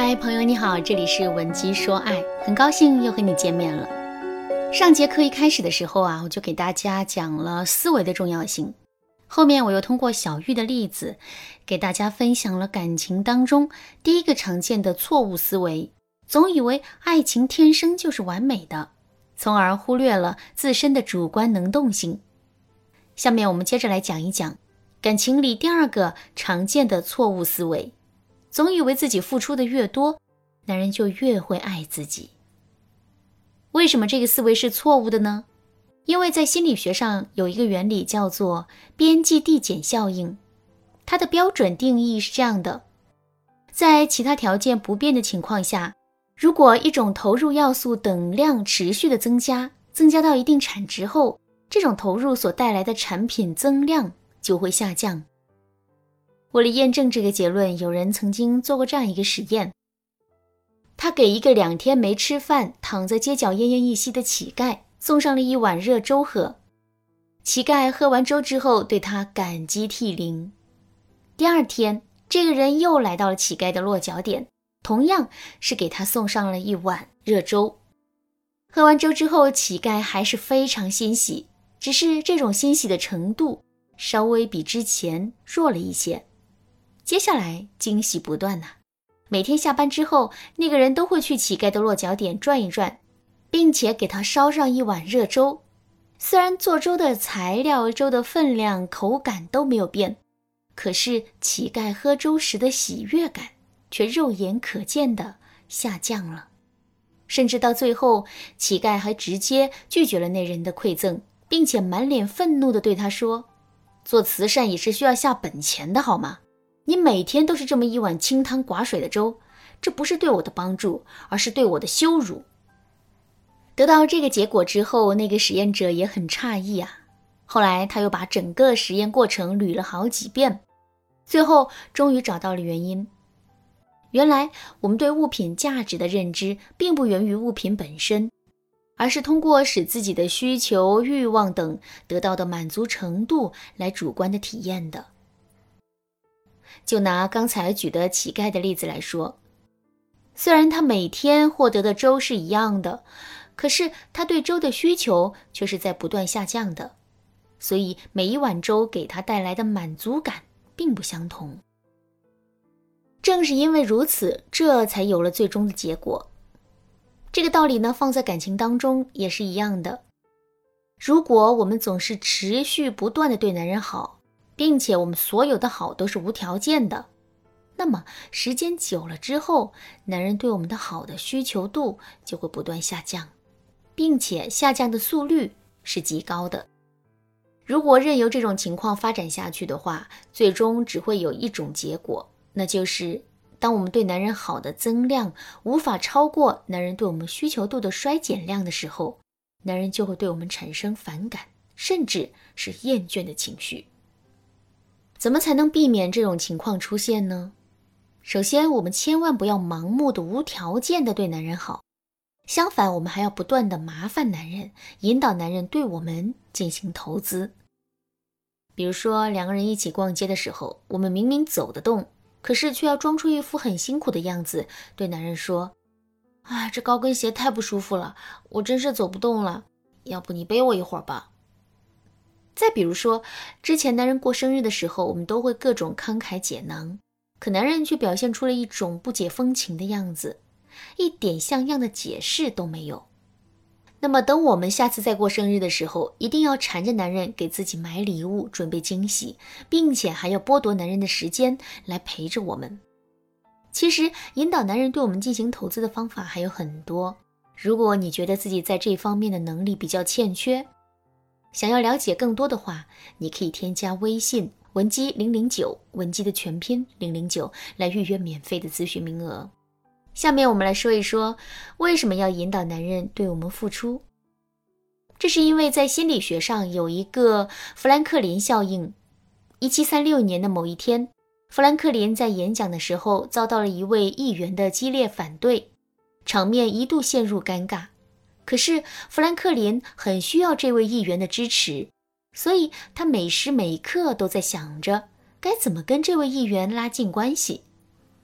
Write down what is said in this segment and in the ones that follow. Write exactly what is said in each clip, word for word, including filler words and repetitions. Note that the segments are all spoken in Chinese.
嗨，朋友你好，这里是文姬说爱，很高兴又和你见面了。上节课一开始的时候啊，我就给大家讲了思维的重要性。后面我又通过小玉的例子，给大家分享了感情当中第一个常见的错误思维，总以为爱情天生就是完美的，从而忽略了自身的主观能动性。下面我们接着来讲一讲感情里第二个常见的错误思维，总以为自己付出的越多，男人就越会爱自己。为什么这个思维是错误的呢？因为在心理学上有一个原理叫做边际递减效应，它的标准定义是这样的：在其他条件不变的情况下，如果一种投入要素等量持续的增加，增加到一定产值后，这种投入所带来的产品增量就会下降。为了验证这个结论，有人曾经做过这样一个实验。他给一个两天没吃饭，躺在街角奄奄一息的乞丐送上了一碗热粥喝。乞丐喝完粥之后，对他感激涕零。第二天，这个人又来到了乞丐的落脚点，同样是给他送上了一碗热粥。喝完粥之后，乞丐还是非常欣喜，只是这种欣喜的程度稍微比之前弱了一些。接下来惊喜不断啊，每天下班之后，那个人都会去乞丐的落脚点转一转，并且给他烧上一碗热粥。虽然做粥的材料、粥的分量、口感都没有变，可是乞丐喝粥时的喜悦感却肉眼可见地下降了。甚至到最后，乞丐还直接拒绝了那人的馈赠，并且满脸愤怒地对他说：做慈善也是需要下本钱的好吗？你每天都是这么一碗清汤寡水的粥，这不是对我的帮助，而是对我的羞辱。得到这个结果之后，那个实验者也很诧异啊。后来他又把整个实验过程捋了好几遍，最后终于找到了原因。原来我们对物品价值的认知并不源于物品本身，而是通过使自己的需求、欲望等得到的满足程度来主观的体验的。就拿刚才举的乞丐的例子来说，虽然他每天获得的粥是一样的，可是他对粥的需求却是在不断下降的，所以每一碗粥给他带来的满足感并不相同。正是因为如此，这才有了最终的结果。这个道理呢，放在感情当中也是一样的。如果我们总是持续不断地对男人好，并且我们所有的好都是无条件的，那么时间久了之后，男人对我们的好的需求度就会不断下降，并且下降的速率是极高的。如果任由这种情况发展下去的话，最终只会有一种结果，那就是当我们对男人好的增量无法超过男人对我们需求度的衰减量的时候，男人就会对我们产生反感，甚至是厌倦的情绪。怎么才能避免这种情况出现呢？首先，我们千万不要盲目的无条件的对男人好，相反，我们还要不断的麻烦男人，引导男人对我们进行投资。比如说，两个人一起逛街的时候，我们明明走得动，可是却要装出一副很辛苦的样子，对男人说：啊，这高跟鞋太不舒服了，我真是走不动了，要不你背我一会儿吧。再比如说，之前男人过生日的时候，我们都会各种慷慨解囊，可男人却表现出了一种不解风情的样子，一点像样的解释都没有。那么等我们下次再过生日的时候，一定要缠着男人给自己买礼物，准备惊喜，并且还要剥夺男人的时间来陪着我们。其实引导男人对我们进行投资的方法还有很多，如果你觉得自己在这方面的能力比较欠缺，想要了解更多的话，你可以添加微信文姬零零九，文姬的全拼零零九，来预约免费的咨询名额。下面我们来说一说，为什么要引导男人对我们付出。这是因为在心理学上有一个富兰克林效应。一七三六年的某一天，富兰克林在演讲的时候遭到了一位议员的激烈反对，场面一度陷入尴尬。可是富兰克林很需要这位议员的支持，所以他每时每刻都在想着该怎么跟这位议员拉近关系。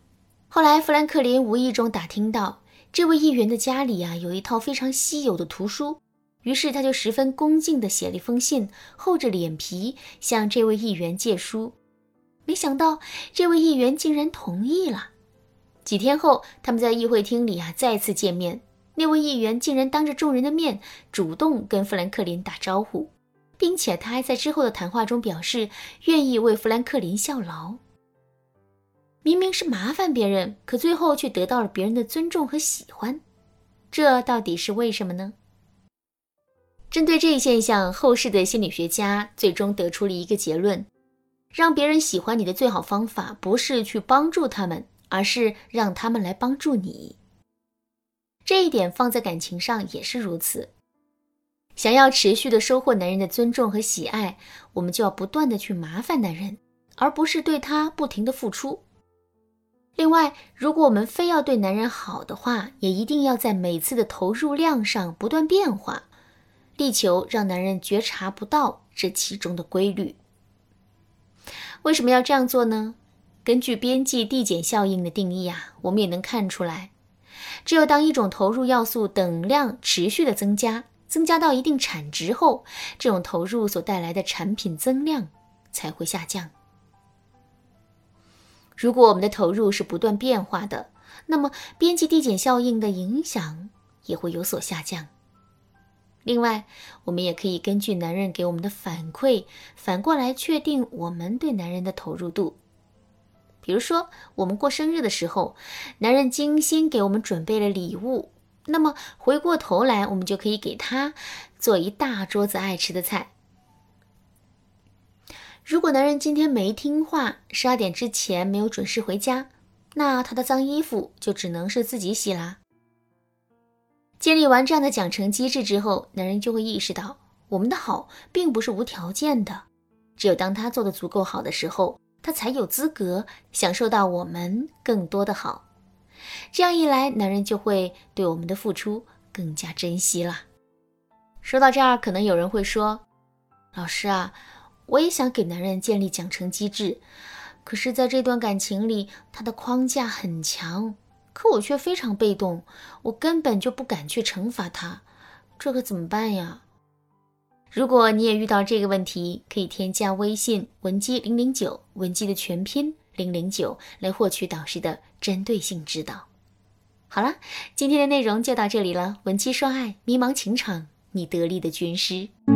后来富兰克林无意中打听到这位议员的家里啊有一套非常稀有的图书，于是他就十分恭敬地写了一封信，厚着脸皮向这位议员借书。没想到这位议员竟然同意了。几天后，他们在议会厅里啊再次见面，那位议员竟然当着众人的面主动跟富兰克林打招呼，并且他还在之后的谈话中表示愿意为富兰克林效劳。明明是麻烦别人，可最后却得到了别人的尊重和喜欢，这到底是为什么呢？针对这一现象，后世的心理学家最终得出了一个结论：让别人喜欢你的最好方法不是去帮助他们，而是让他们来帮助你。这一点放在感情上也是如此。想要持续的收获男人的尊重和喜爱，我们就要不断的去麻烦男人，而不是对他不停的付出。另外，如果我们非要对男人好的话，也一定要在每次的投入量上不断变化，力求让男人觉察不到这其中的规律。为什么要这样做呢？根据边际递减效应的定义啊，我们也能看出来，只有当一种投入要素等量持续的增加，增加到一定产值后，这种投入所带来的产品增量才会下降。如果我们的投入是不断变化的，那么边际递减效应的影响也会有所下降。另外，我们也可以根据男人给我们的反馈，反过来确定我们对男人的投入度。比如说，我们过生日的时候，男人精心给我们准备了礼物，那么回过头来，我们就可以给他做一大桌子爱吃的菜。如果男人今天没听话，十二点之前没有准时回家，那他的脏衣服就只能是自己洗啦。建立完这样的奖惩机制之后，男人就会意识到，我们的好并不是无条件的，只有当他做得足够好的时候，他才有资格享受到我们更多的好。这样一来，男人就会对我们的付出更加珍惜了。说到这儿，可能有人会说，老师啊，我也想给男人建立奖惩机制，可是在这段感情里，他的框架很强，可我却非常被动，我根本就不敢去惩罚他，这可怎么办呀？如果你也遇到这个问题，可以添加微信文姬零零九，文姬的全拼零零九，来获取导师的针对性指导。好了，今天的内容就到这里了。文姬说爱，迷茫情场，你得力的军师。